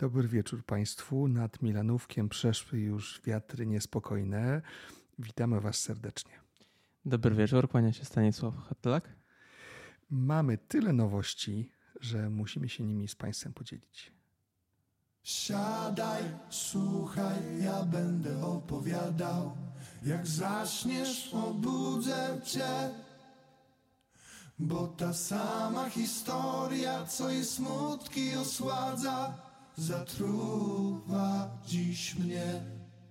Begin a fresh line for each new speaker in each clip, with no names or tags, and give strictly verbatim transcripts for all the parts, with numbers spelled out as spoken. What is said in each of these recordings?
Dobry wieczór Państwu. Nad Milanówkiem przeszły już wiatry niespokojne. Witamy Was serdecznie.
Dobry wieczór, kłania się Stanisław Hatlak.
Mamy tyle nowości, że musimy się nimi z Państwem podzielić.
Siadaj, słuchaj, ja będę opowiadał. Jak zaśniesz, obudzę Cię. Bo ta sama historia, co i smutki osładza, zatruwa dziś mnie.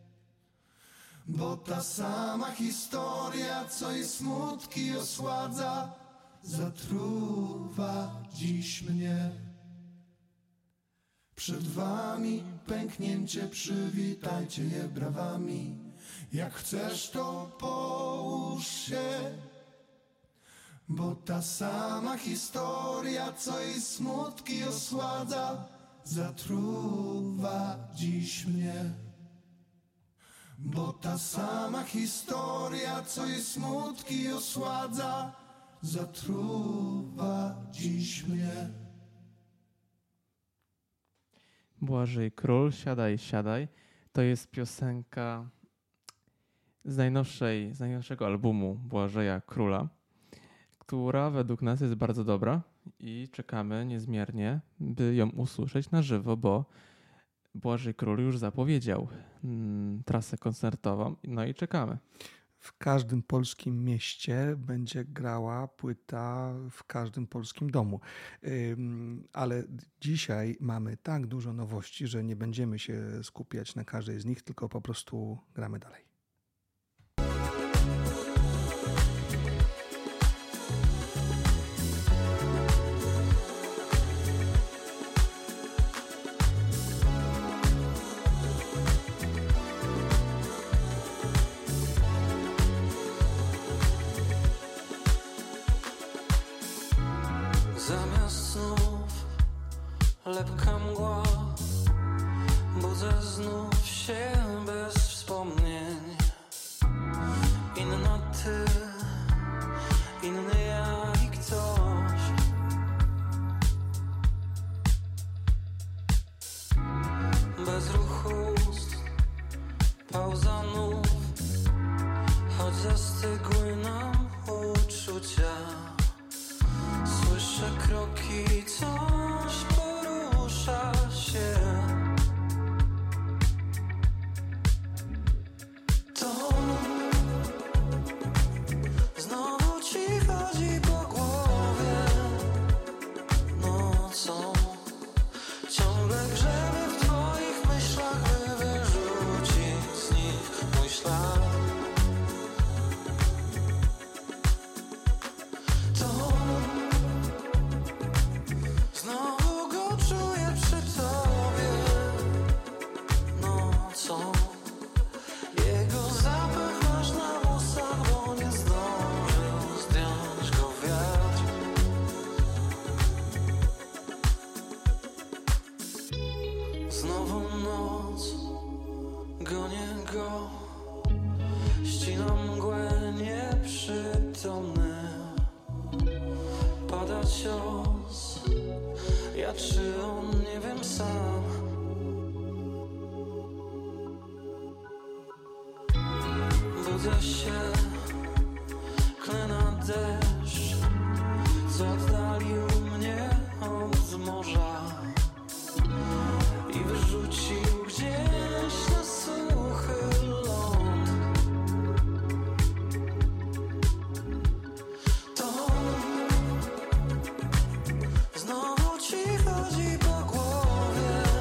Bo ta sama historia, co i smutki osładza, zatruwa dziś mnie. Przed Wami pęknięcie, przywitajcie je brawami. Jak chcesz, to połóż się. Bo ta sama historia, co i smutki osładza, zatruwa dziś mnie. Bo ta sama historia, co i smutki osładza, zatruwa dziś mnie.
Błażej Król, siadaj, siadaj. To jest piosenka z, najnowszej, z najnowszego albumu Błażeja Króla, która według nas jest bardzo dobra i czekamy niezmiernie, by ją usłyszeć na żywo, bo Błażej Król już zapowiedział mm, trasę koncertową, no i czekamy.
W każdym polskim mieście będzie grała płyta w każdym polskim domu. Ale dzisiaj mamy tak dużo nowości, że nie będziemy się skupiać na każdej z nich, tylko po prostu gramy dalej.
Zamiast snów lepka mgła, budzę znów się bez wspomnień. Inna ty, inny ja i ktoś. Bez ruchu ust, pauza nów, choć zastygły nam uczucia. Słyszę kroki, coś porusza się. To znowu ci chodzi po głowie nocą. Ciągle grzebie w twoich myślach, by wyrzucić z nich mój ślad. Ja czy on, nie wiem sam. Budzę się, klę na deszcz, co oddalił mnie od morza i wyrzucił gdzieś na suchy ląd. Znowu ci chodzi po głowie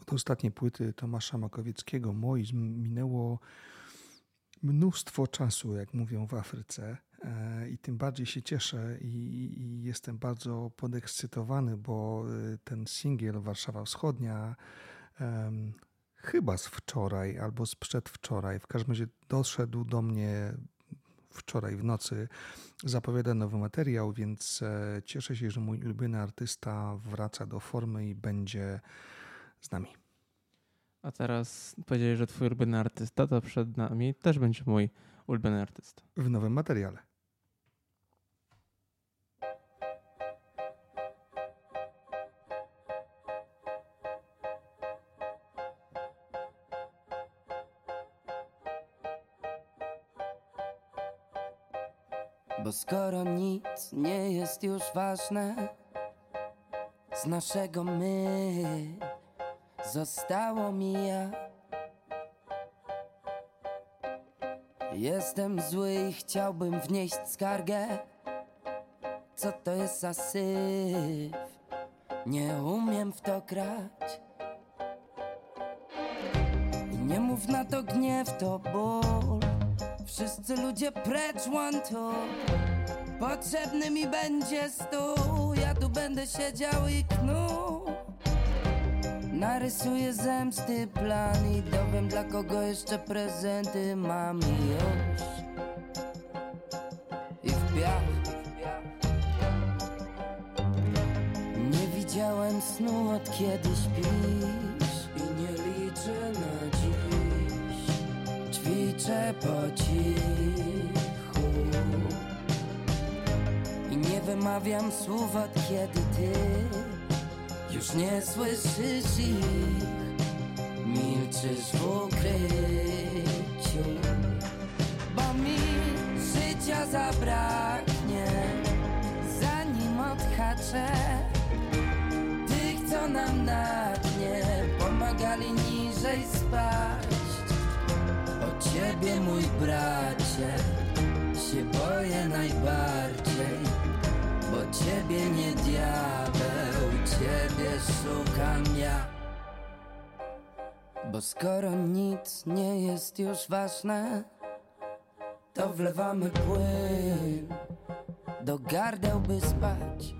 Od ostatniej płyty Tomasza Makowieckiego, moi, minęło mnóstwo czasu, jak mówią w Afryce, i tym bardziej się cieszę i, i jestem bardzo podekscytowany, bo ten singiel Warszawa Wschodnia um, chyba z wczoraj albo z przedwczoraj, w każdym razie doszedł do mnie wczoraj w nocy, zapowiada nowy materiał, więc cieszę się, że mój ulubiony artysta wraca do formy i będzie z nami.
A teraz powiedziałeś, że twój ulubiony artysta, to przed nami też będzie mój ulubiony artysta.
W nowym materiale.
Bo skoro nic nie jest już ważne, z naszego my zostało mi ja. Jestem zły i chciałbym wnieść skargę. Co to jest za syf? Nie umiem w to grać. I nie mów na to gniew, to ból. Wszyscy ludzie precz one two. Potrzebny mi będzie stół. Ja tu będę siedział i knuł. Narysuję zemsty plan i dowiem, dla kogo jeszcze prezenty mam i już. I w piach. Nie widziałem snu, od kiedy śpisz i nie liczę na dziś. Ćwiczę po cichu i nie wymawiam słów, od kiedy ty już nie słyszysz ich. Milczysz w ukryciu, bo mi życia zabraknie, zanim odhaczę tych, co nam na dnie pomagali niżej spaść. O ciebie, mój bracie, się boję najbardziej, bo ciebie nie diabeł, ciebie szukam ja. Bo skoro nic nie jest już ważne, to wlewamy płyn do gardeł, by spać.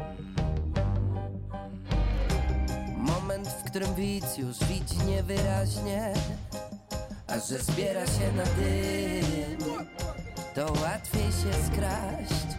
Moment, w którym widz już widzi niewyraźnie, a że zbiera się na dym, to łatwiej się skraść.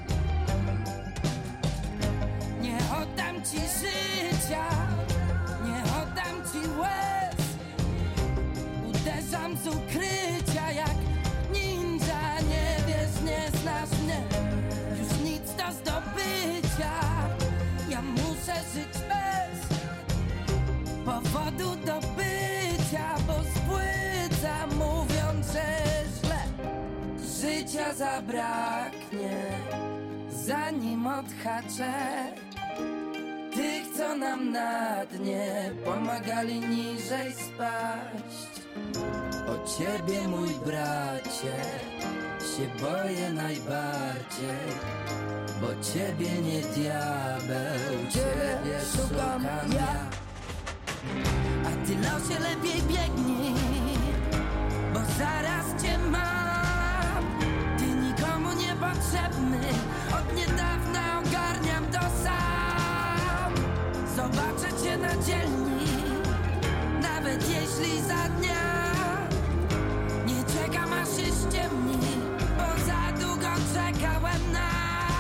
Nie oddam ci życia, nie oddam ci łez. Uderzam z ukrycia jak ninja. Nie wiesz, nie znasz mnie, już nic do zdobycia. Ja muszę żyć bez powodu do bycia, bo spłyca, mówiąc, że źle. Życia zabraknie, zanim odhaczę tych, co nam na dnie pomagali niżej spaść. O ciebie, mój bracie, się boję najbardziej, bo ciebie nie diabeł, ciebie szukam ja. A ty, losie, lepiej biegnij, bo zaraz cię mam. Ty nikomu niepotrzebny, od niedawna ogarniam to sam. Zobaczę cię na dzielni, nawet jeśli za dnia. Nie czekam, aż się ściemni, bo za długo czekałem na.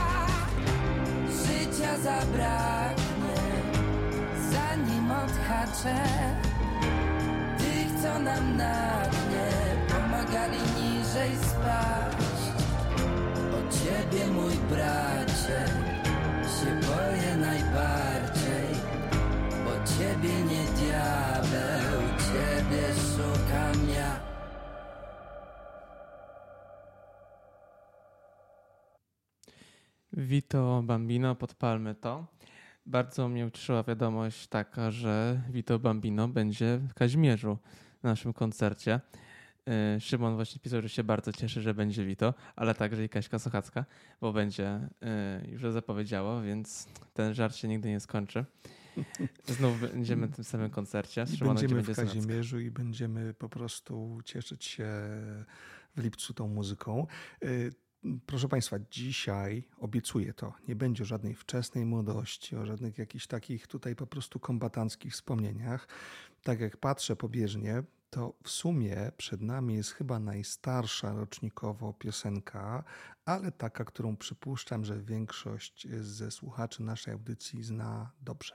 Życia zabraknie, zanim odhaczę tych, co nam na dnie pomagali niżej spaść. O ciebie, mój bracie, się boję najbardziej, bo ciebie nie diabeł, ciebie szukam ja.
Vito Bambino, podpalmy to. Bardzo mnie ucieszyła wiadomość taka, że Vito Bambino będzie w Kazimierzu na naszym koncercie. Szymon właśnie pisał, że się bardzo cieszy, że będzie Vito, ale także i Kaśka Sochacka, bo będzie, już zapowiedziało, więc ten żart się nigdy nie skończy. Znów będziemy w tym samym koncercie.
I będziemy w Kazimierzu i będziemy po prostu cieszyć się w lipcu tą muzyką. Proszę Państwa, dzisiaj obiecuję to, nie będzie o żadnej wczesnej młodości, o żadnych jakichś takich tutaj po prostu kombatanckich wspomnieniach. Tak jak patrzę pobieżnie, to w sumie przed nami jest chyba najstarsza rocznikowo piosenka, ale taka, którą przypuszczam, że większość ze słuchaczy naszej audycji zna dobrze.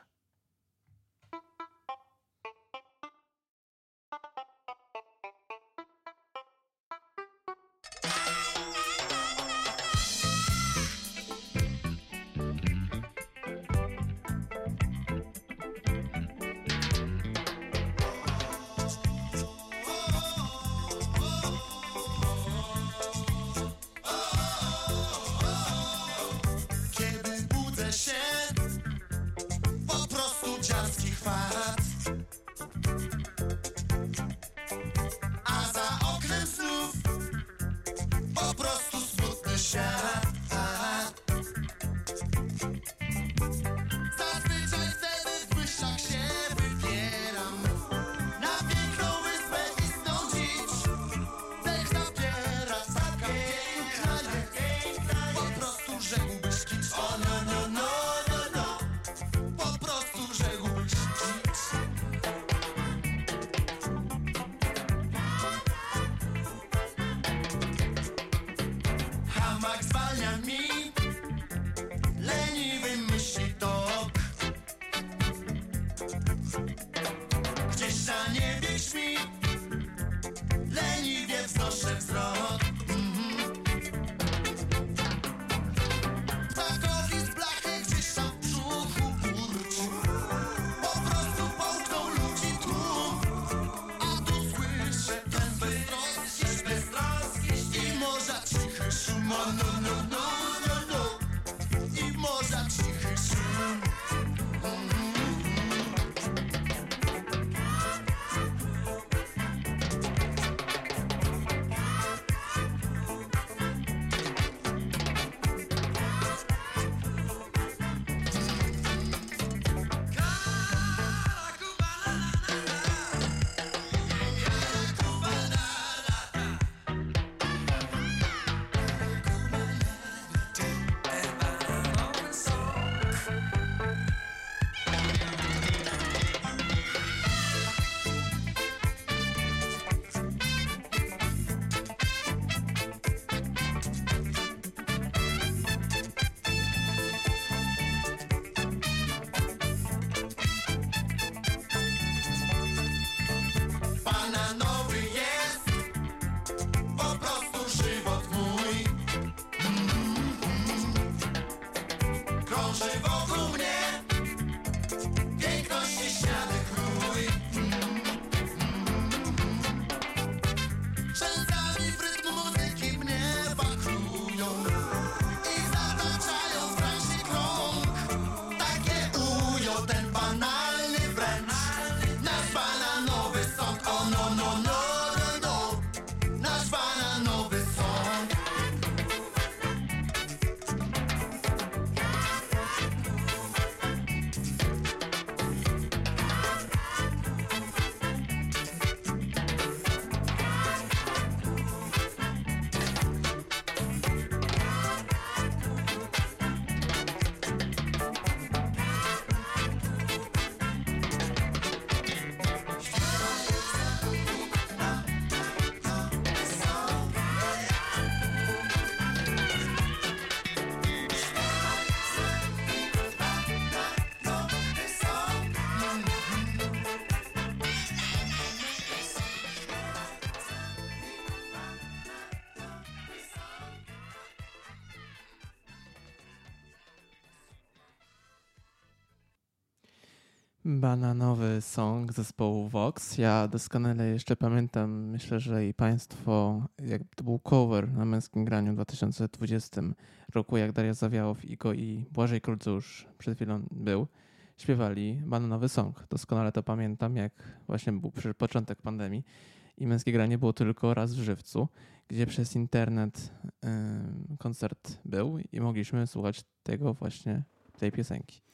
Bananowy song zespołu Vox. Ja doskonale jeszcze pamiętam, myślę, że i Państwo, jak to był cover na Męskim Graniu w dwa tysiące dwudziestym roku, jak Daria Zawiałow, Igo i Błażej Król, co już przed chwilą był, śpiewali Bananowy song. Doskonale to pamiętam, jak właśnie był początek pandemii i Męskie Granie było tylko raz w Żywcu, gdzie przez internet yy, koncert był i mogliśmy słuchać tego właśnie, tej piosenki.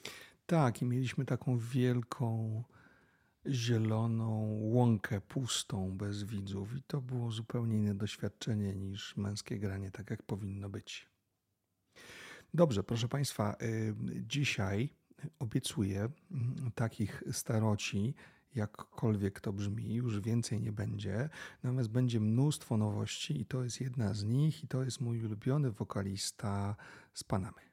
Tak, i mieliśmy taką wielką, zieloną łąkę pustą, bez widzów i to było zupełnie inne doświadczenie niż męskie granie, tak jak powinno być. Dobrze, proszę Państwa, y, dzisiaj obiecuję mm, takich staroci, jakkolwiek to brzmi, już więcej nie będzie, natomiast będzie mnóstwo nowości i to jest jedna z nich i to jest mój ulubiony wokalista z Panamy.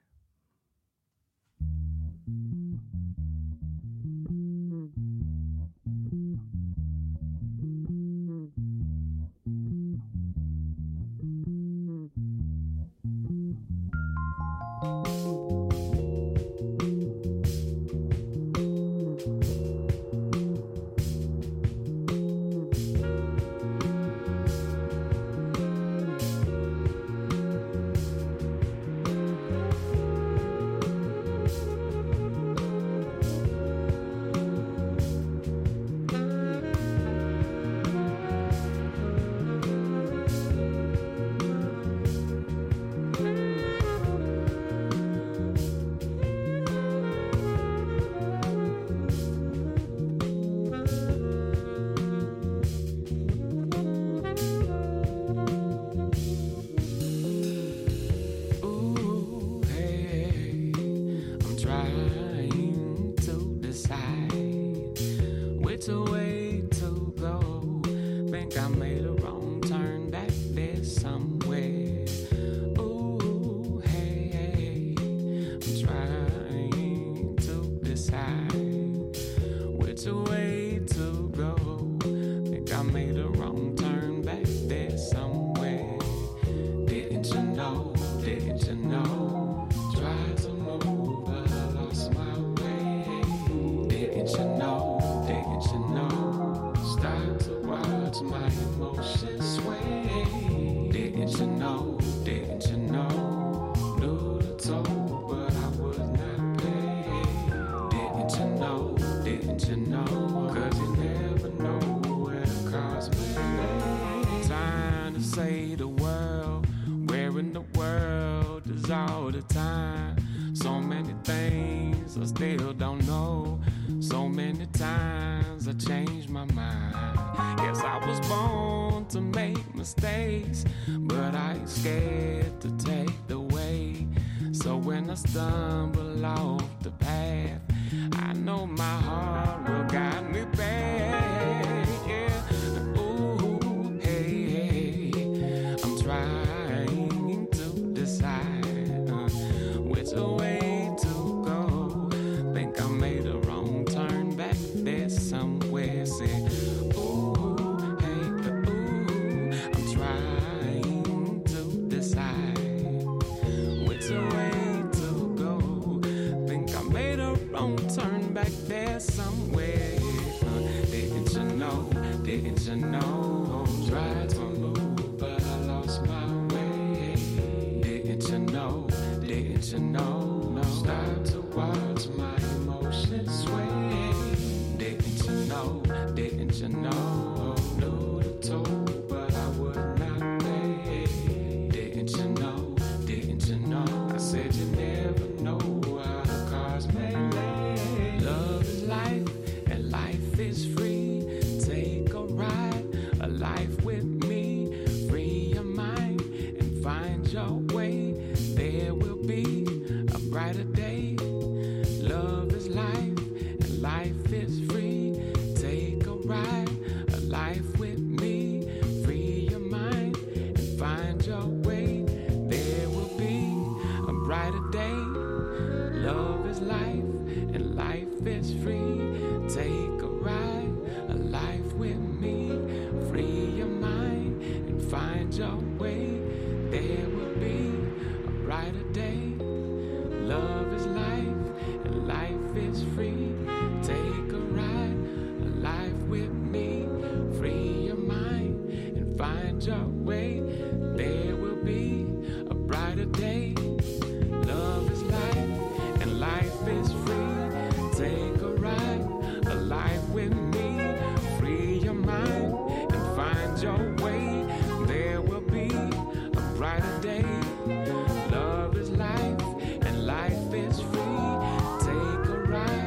Love is life and life is free. Take a ride.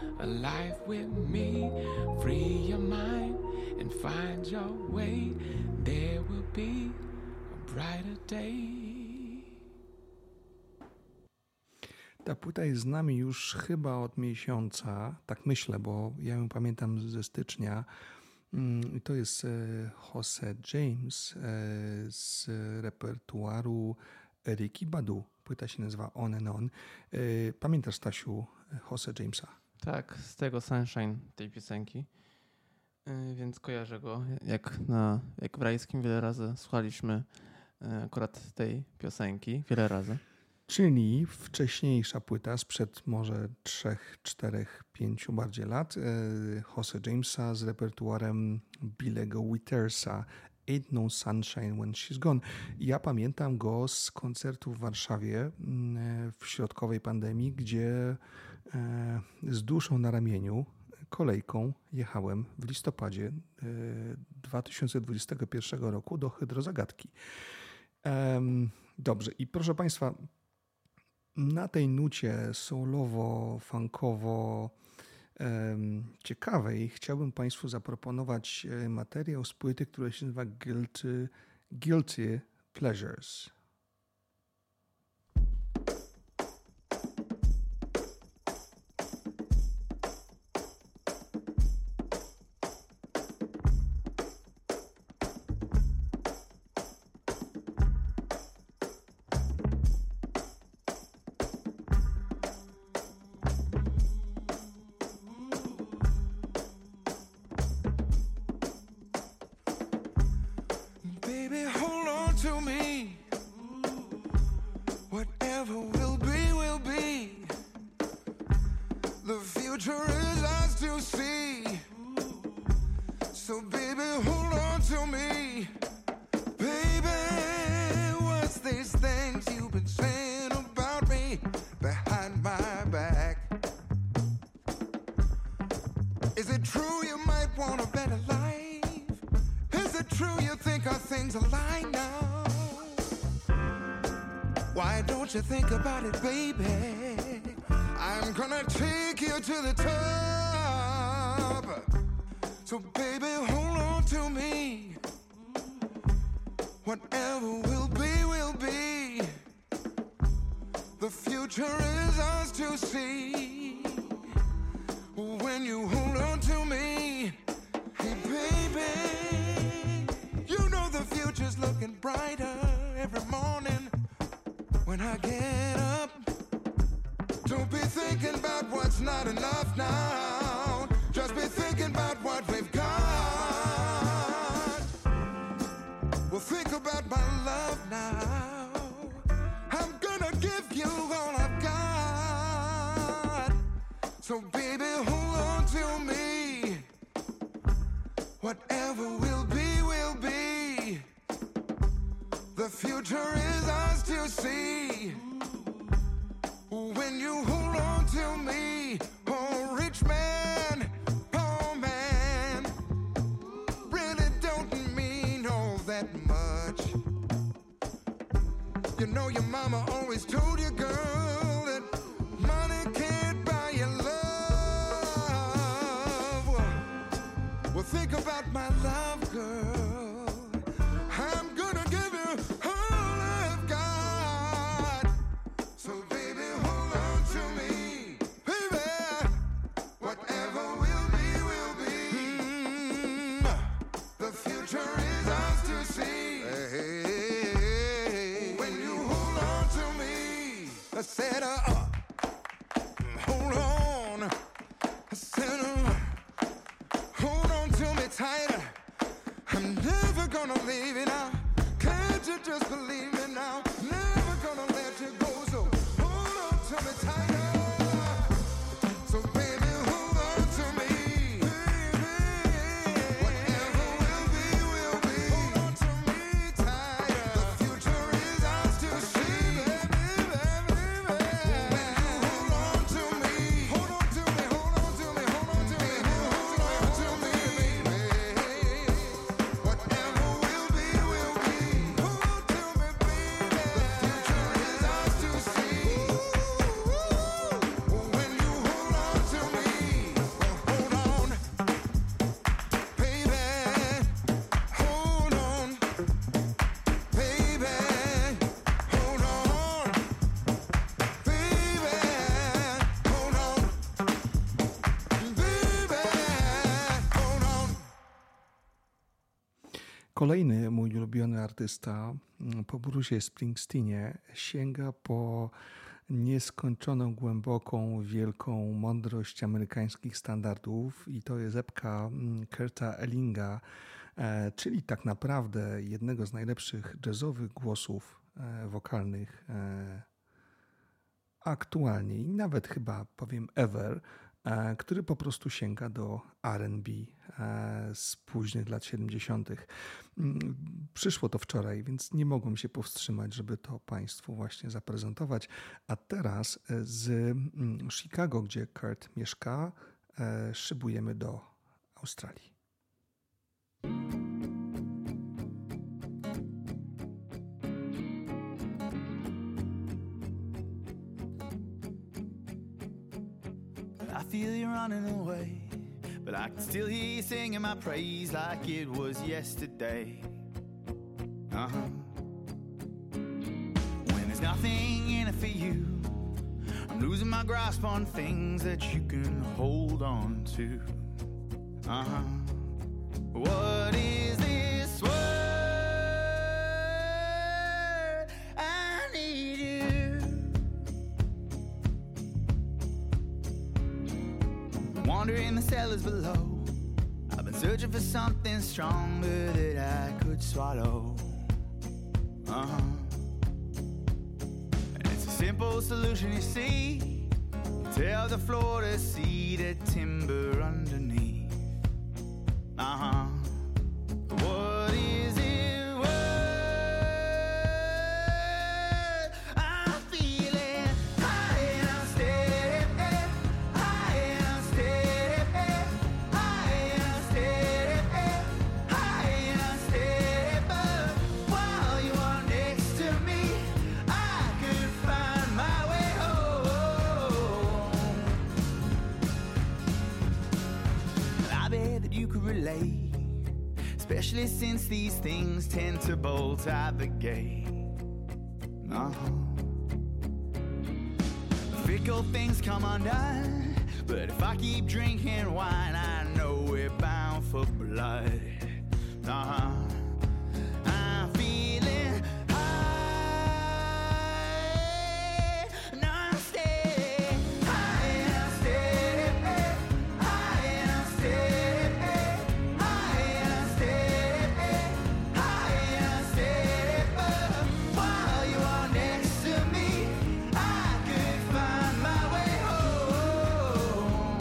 alive with me. Free your mind and find your way. There will be a brighter day.
Ta płyta jest z nami już chyba od miesiąca, tak myślę, bo ja ją pamiętam ze stycznia. To jest Jose James z repertuaru Erykki Badu. Płyta się nazywa On and On. Pamiętasz, Stasiu, Jose Jamesa?
Tak, z tego Sunshine, tej piosenki. Więc kojarzę go, jak, na, jak w Rajskim wiele razy słuchaliśmy akurat tej piosenki, wiele razy.
Czyli wcześniejsza płyta sprzed może trzech, czterech, pięciu bardziej lat Jose Jamesa z repertuarem Billego Withersa Ain't No Sunshine When She's Gone. Ja pamiętam go z koncertu w Warszawie w środkowej pandemii, gdzie z duszą na ramieniu kolejką jechałem w listopadzie dwa tysiące dwudziestego pierwszego roku do Hydrozagadki. Dobrze, i proszę Państwa, na tej nucie soulowo, funkowo um, ciekawej chciałbym Państwu zaproponować materiał z płyty, która się nazywa Guilty, Guilty Pleasures.
Think about it, baby. I'm gonna take you to the top. So, baby, hold on to me. Whatever will be, will be. The future is ours to see. When you hold on to me, hey, baby, you know the future's looking brighter every morning. When I get up, don't be thinking about what's not enough now. Just be thinking about what we've got. Well, think about my love now. I'm gonna give you all I've got. So, baby, hold on to me. Whatever will be, will be. The future is ours to see. When you hold on to me, oh rich man, oh man, really don't mean all that much. You know your mama always told you, girl, that money can't buy you love. Well, think about my love, girl. I'm gonna give you all I've got. So baby, hold on to me, baby. Whatever will be, will be. Mm, the future is ours to see. Hey, when you hold on to me, I said, uh, hold on. I said, uh, hold on to me tighter. I'm never gonna leave you now. Can't you just believe me now? Never gonna let you go. So hold on to me tighter. So baby, hold on to me. Baby, whatever will be, will be. Hold on to me tighter. The future is ours to see. Baby, baby, baby. When you hold on to me, hold on to me, hold on to me, hold on to me, hold on to me, baby. Whatever will be, will be. Hold on to me, baby.
Kolejny mój ulubiony artysta po Bruce'ie Springsteenie sięga po nieskończoną, głęboką, wielką mądrość amerykańskich standardów i to jest epka Kurta Ellinga, czyli tak naprawdę jednego z najlepszych jazzowych głosów wokalnych aktualnie i nawet chyba powiem ever, który po prostu sięga do R and B z późnych lat siedemdziesiątych. Przyszło to wczoraj, więc nie mogłem się powstrzymać, żeby to Państwu właśnie zaprezentować. A teraz z Chicago, gdzie Kurt mieszka, szybujemy do Australii.
I feel you running away, but I can still hear you singing my praise like it was yesterday. Uh-huh. When there's nothing in it for you, I'm losing my grasp on things that you can hold on to. Uh-huh. What is this word? I need you. Wandering the cellars below, I've been searching for something stronger that I could swallow. Uh-huh. And it's a simple solution, you see. Tell the floor to see the timber underneath. Uh-huh. What is it worth? I'm feeling high and I'm steady, high and I'm steady, high and I'm steady, high and I'm steady. But while you are next to me, I could find my way home. And I bet that you could relate, especially since these things tend to bolt out the gate. Uh-huh. Fickle things come undone, but if I keep drinking wine, I know we're bound for blood. Uh-huh. I'm feeling high, and I'm steady, high and I'm steady, high and I'm steady, high and I'm steady, high and I'm steady. But while you are next to me, I could find my way home.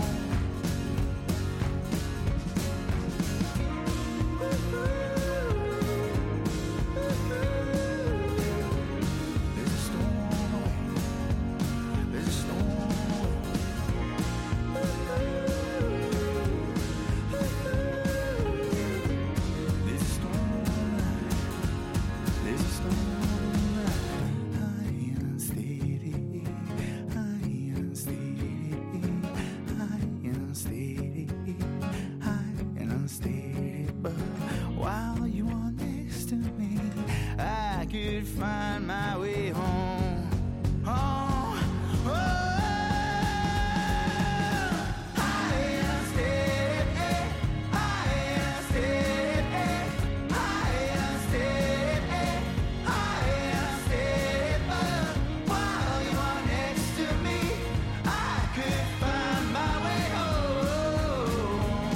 There's a storm away. There's a storm away. There's a storm tonight. There's a storm tonight. High and steady, high and steady, high and steady, high and unsteady. But while you are next to me, I could find my way home. Home. Oh. High and steady, high and steady, high and steady, high and steady. But while you are next to me, I could find my way home.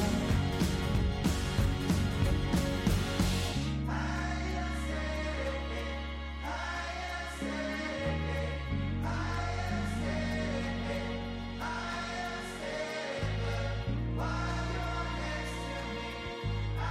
High and steady, high and steady, high and steady, high and steady. But while you're next to me, I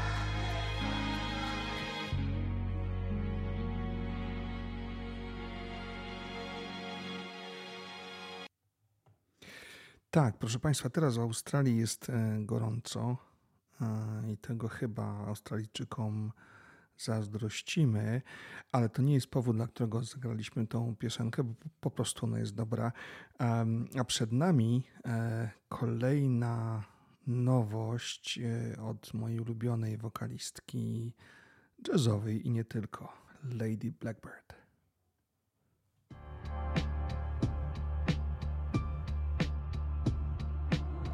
Tak, proszę Państwa, teraz w Australii jest e, gorąco e, i tego chyba Australijczykom zazdrościmy, ale to nie jest powód, dla którego zagraliśmy tą piosenkę, bo po prostu ona jest dobra. Em, A przed nami e, kolejna nowość e, od mojej ulubionej wokalistki jazzowej i nie tylko, Lady Blackbird.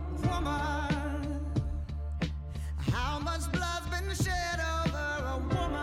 woman, how much blood's been shed over a woman?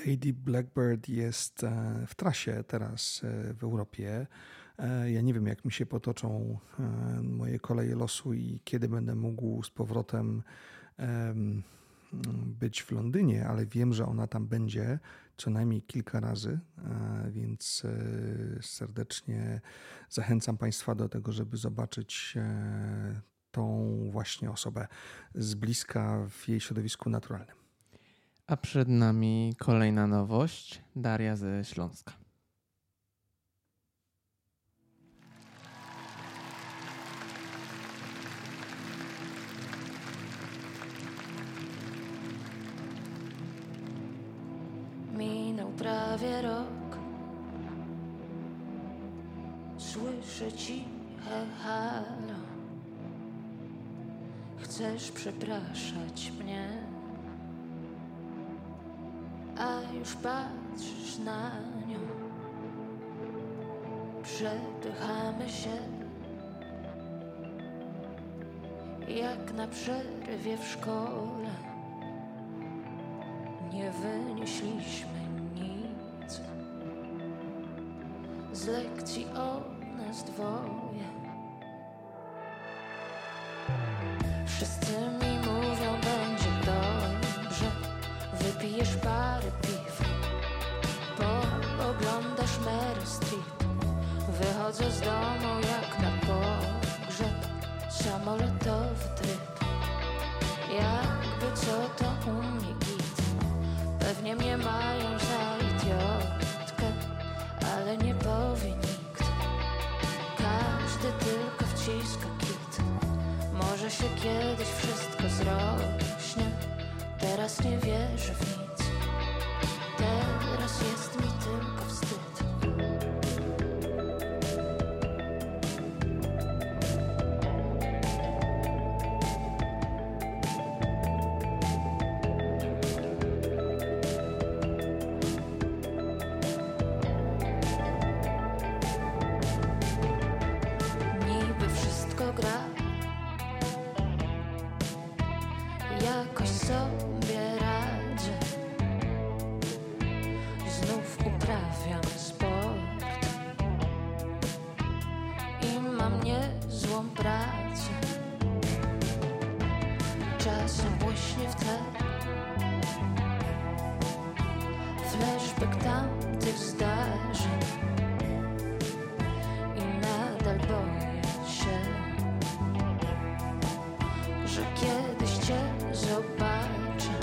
Lady Blackbird jest e, w trasie teraz e, w Europie. E, Ja nie wiem, jak mi się potoczą e, moje koleje losu i kiedy będę mógł z powrotem em, być w Londynie, ale wiem, że ona tam będzie co najmniej kilka razy, e, więc e, serdecznie zachęcam Państwa do tego, żeby zobaczyć e, tą właśnie osobę z bliska w jej środowisku naturalnym.
A przed nami kolejna nowość, Daria ze Śląska.
Minął prawie rok. Słyszę ciche halo. Chcesz przepraszać mnie, a już patrzysz na nią. Przepychamy się jak na przerwie w szkole. Nie wynieśliśmy nic z lekcji o nas dwoje. Wszyscy mi mówią, będzie dobrze. Wypijesz parę piw, pooglądasz Mary Street. Wychodzę z domu jak na pogrzeb, samolotowy tryb. Jakby co to u mnie git. Pewnie mnie mają za idiotkę, ale nie powie nikt. Każdy tylko wciska kit. Może się kiedyś wszystko zrośnie. Teraz nie wierzę w nic. Teraz jest mi tylko wstyd. Niby wszystko gra, jakoś sobie radzę. Znów uprawiam sport i mam niezłą pracę. Czasem błyśnie w tle flashback tamtych zdarzeń i nadal boję się, że kiedyś cię zobaczę.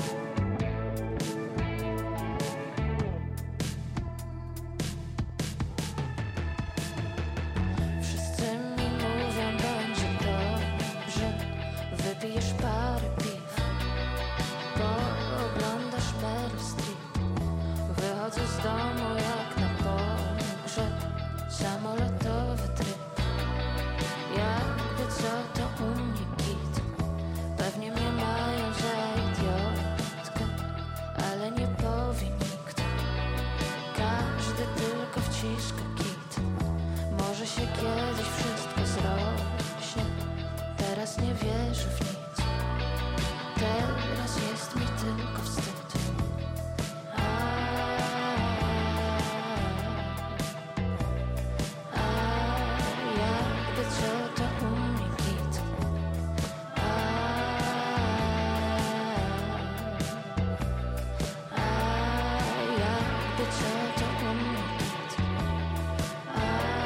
Wszyscy mi mówią, będzie dobrze. Wypijesz parę piw, pooglądasz Mary Street. Wychodzę z domu jak na pogrzeb, samolotowy tryb. Jakby co to u mnie git. Pewnie mnie mają za idiotkę, ale nie powie nikt. Każdy tylko wciska kit. Może się kiedyś wszystko zrośnie. Teraz nie wierzę w nic. Teraz jest mi tylko wstyd. A, a, jakby co to u mnie git. A, a, jakby co to u mnie git. A,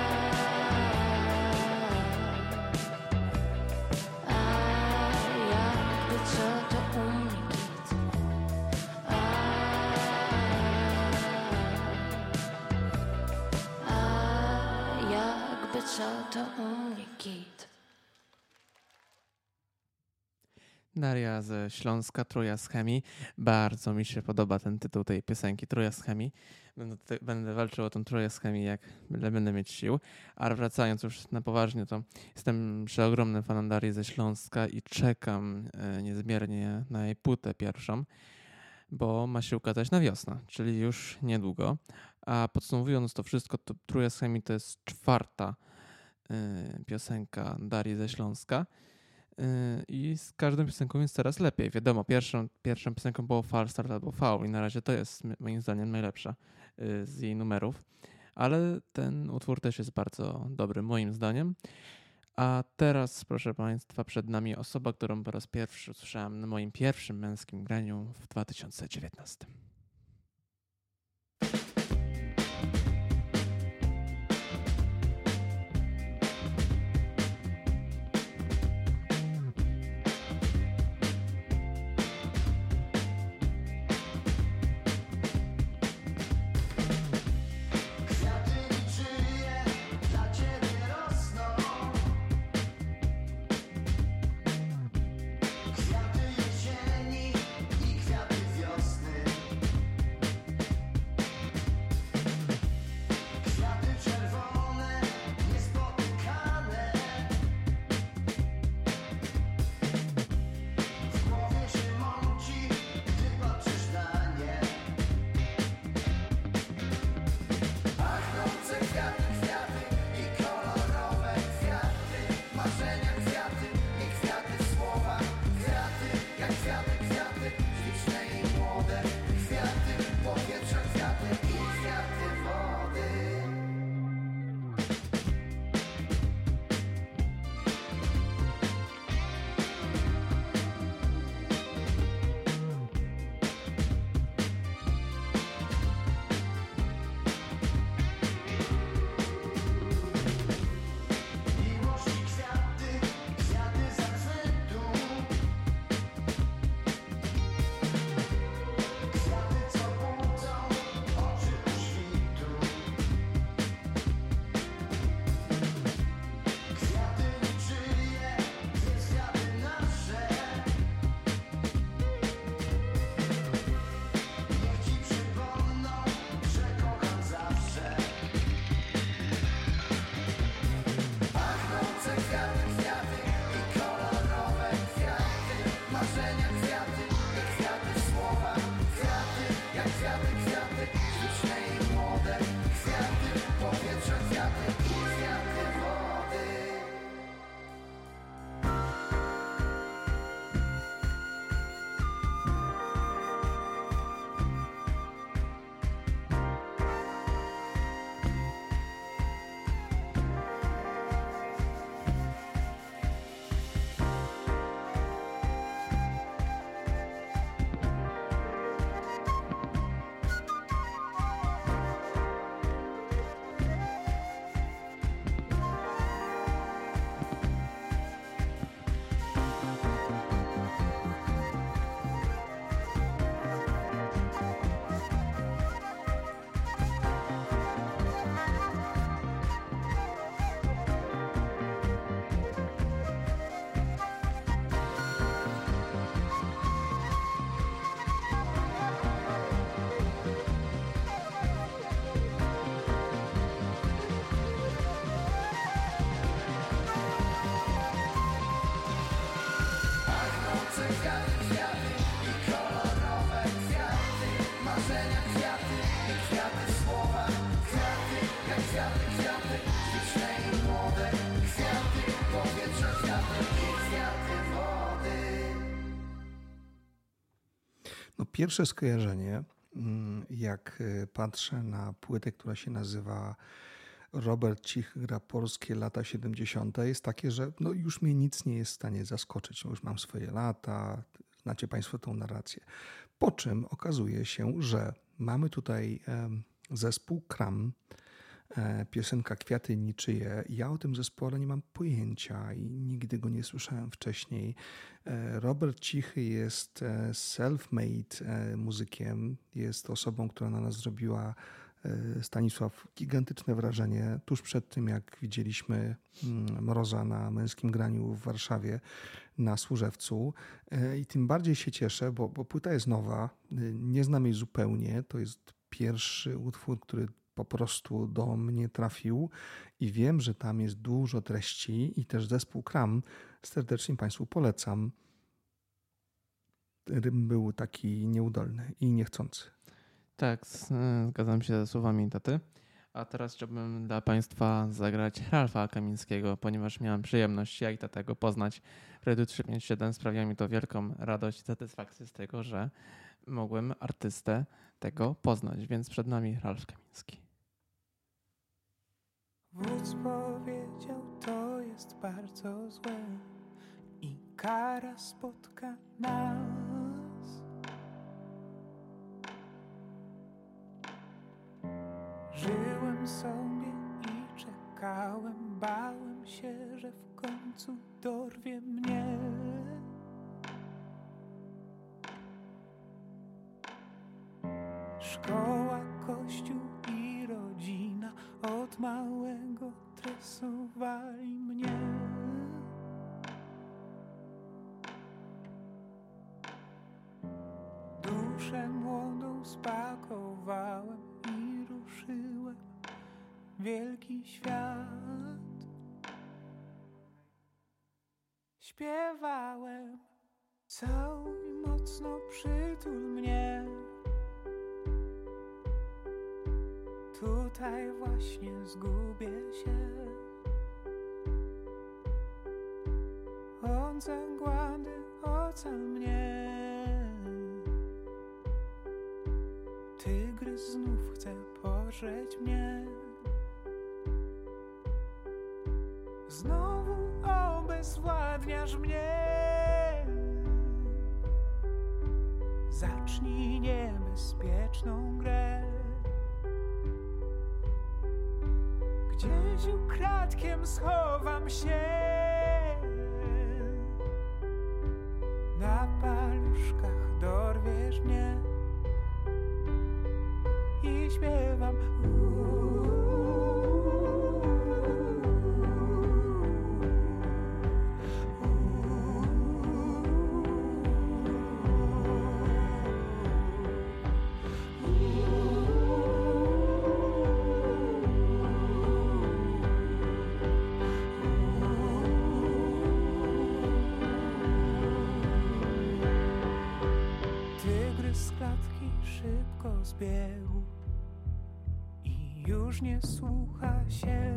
a, jakby co to u mnie git. A, a, jakby co to u mnie git.
Daria ze Śląska, Trójka z chemii. Bardzo mi się podoba ten tytuł tej piosenki, Trójka z chemii. Będę, tutaj- będę walczył o tą Trójkę z chemii, jak ile będę mieć sił. Ale wracając już na poważnie, to jestem przeogromnym fanem Darii ze Śląska i czekam e, niezmiernie na jej płytę pierwszą, bo ma się ukazać na wiosnę, czyli już niedługo. A podsumowując to wszystko, to Trójka z chemii to jest czwarta e, piosenka Darii ze Śląska. Yy, I z każdą piosenką jest coraz lepiej. Wiadomo, pierwszą, pierwszą piosenką było Falstart albo Faul i na razie to jest m- moim zdaniem najlepsza yy, z jej numerów. Ale ten utwór też jest bardzo dobry moim zdaniem. A teraz, proszę Państwa, przed nami osoba, którą po raz pierwszy usłyszałem na moim pierwszym męskim graniu w dwa tysiące dziewiętnastym.
No, pierwsze skojarzenie, jak patrzę na płytę, która się nazywa Robert Cichy gra polskie lata siedemdziesiąte, jest takie, że no już mnie nic nie jest w stanie zaskoczyć. No już mam swoje lata, znacie Państwo tą narrację. Po czym okazuje się, że mamy tutaj zespół Kram, piosenka Kwiaty niczyje. Ja o tym zespole nie mam pojęcia i nigdy go nie słyszałem wcześniej. Robert Cichy jest self-made muzykiem. Jest osobą, która na nas zrobiła, Stanisław, gigantyczne wrażenie. Tuż przed tym, jak widzieliśmy Mroza na męskim graniu w Warszawie na Służewcu. I tym bardziej się cieszę, bo, bo płyta jest nowa. Nie znam jej zupełnie. To jest pierwszy utwór, który po prostu do mnie trafił i wiem, że tam jest dużo treści i też zespół Kram serdecznie Państwu polecam. Rym był taki nieudolny i niechcący.
Tak, zgadzam się ze słowami taty. A teraz chciałbym dla Państwa zagrać Ralfa Kamińskiego, ponieważ miałem przyjemność ja i tatego poznać w Radiu trzysta pięćdziesiąt siedem. Sprawia mi to wielką radość i satysfakcję z tego, że mogłem artystę tego poznać, więc przed nami Ralf Kamiński.
Wódz powiedział, to jest bardzo złe i kara spotka nas. Żyłem sobie i czekałem, bałem się, że w końcu dorwie mnie. Szkoła, kościół i rodzina od małego tresowali mnie. Duszę młodą spakowałem i ruszyłem w wielki świat. Śpiewałem, całuj mocno, przytul mnie. Tutaj właśnie zgubię się. On zagłady ocal mnie. Tygrys znów chce pożreć mnie. Znowu obezwładniasz mnie. Zacznij niebezpieczną grę. Gdzieś ukradkiem schowam się. Na paluszkach dorwiesz mnie i śpiewam. Tygrys z klatki szybko zbiegł i już nie słucha się.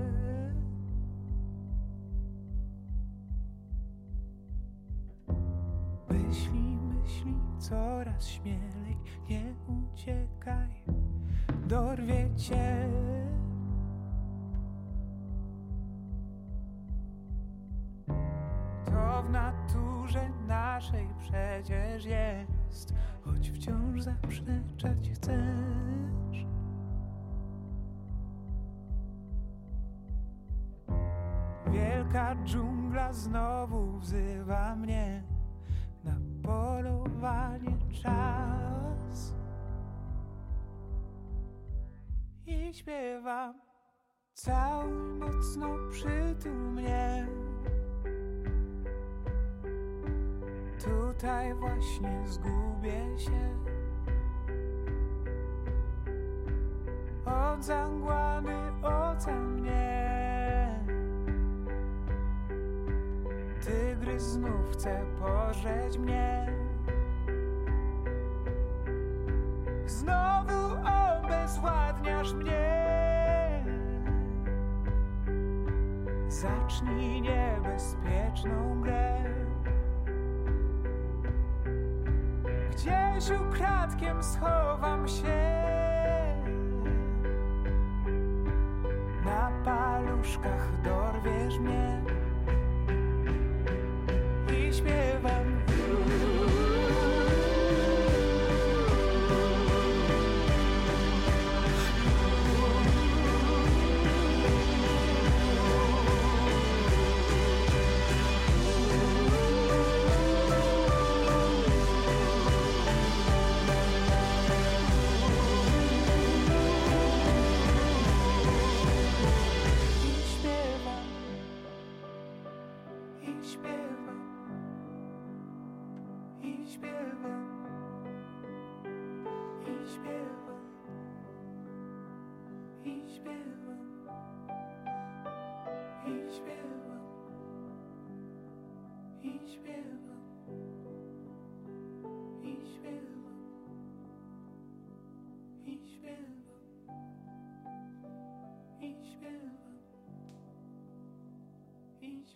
Myśli, myśli coraz śmielej, nie uciekaj, dorwie cię. To w naturze naszej przecież jest, choć wciąż zaprzeczać chcesz. Wielka dżungla znowu wzywa mnie, na polowanie czas. I śpiewam, całuj mocno, przytul mnie. Tutaj właśnie zgubię się. Od zagłady ocal mnie. Tygrys znów chce pożreć mnie. Znowu obezwładniasz mnie. Zacznij niebezpieczną grę. Gdzieś ukradkiem schowam się. Na paluszkach dorwiesz mnie i śpiewam.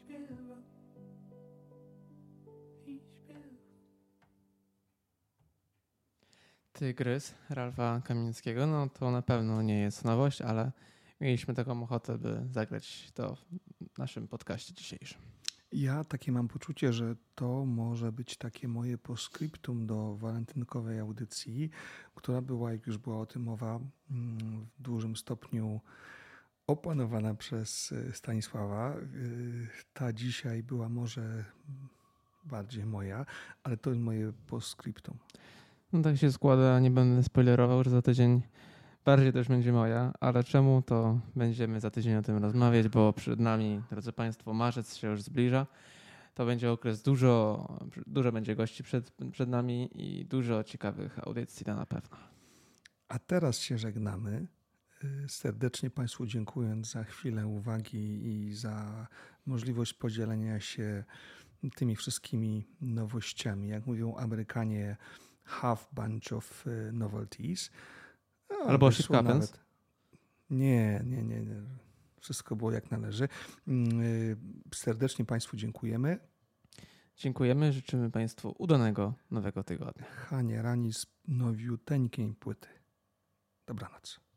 śpiewa, i śpiewa.
Tygrys Ralfa Kamińskiego, no to na pewno nie jest nowość, ale mieliśmy taką ochotę, by zagrać to w naszym podcaście dzisiejszym.
Ja takie mam poczucie, że to może być takie moje postscriptum do walentynkowej audycji, która była, jak już była o tym mowa, w dużym stopniu opanowana przez Stanisława. Ta dzisiaj była może bardziej moja, ale to jest moje postscriptum.
No tak się składa, nie będę spoilerował, że za tydzień bardziej też będzie moja, ale czemu, to będziemy za tydzień o tym rozmawiać, bo przed nami, drodzy Państwo, marzec się już zbliża. To będzie okres, dużo, dużo będzie gości przed, przed nami i dużo ciekawych audycji to na pewno.
A teraz się żegnamy. Serdecznie Państwu dziękując za chwilę uwagi i za możliwość podzielenia się tymi wszystkimi nowościami. Jak mówią Amerykanie, half bunch of novelties. No,
Albo
wyszło
shit happens.
nawet- Nie, nie, nie, nie. Wszystko było jak należy. Serdecznie Państwu dziękujemy.
Dziękujemy, życzymy Państwu udanego nowego tygodnia.
Hanie rani z nowiuteńkiej płyty. Dobranoc.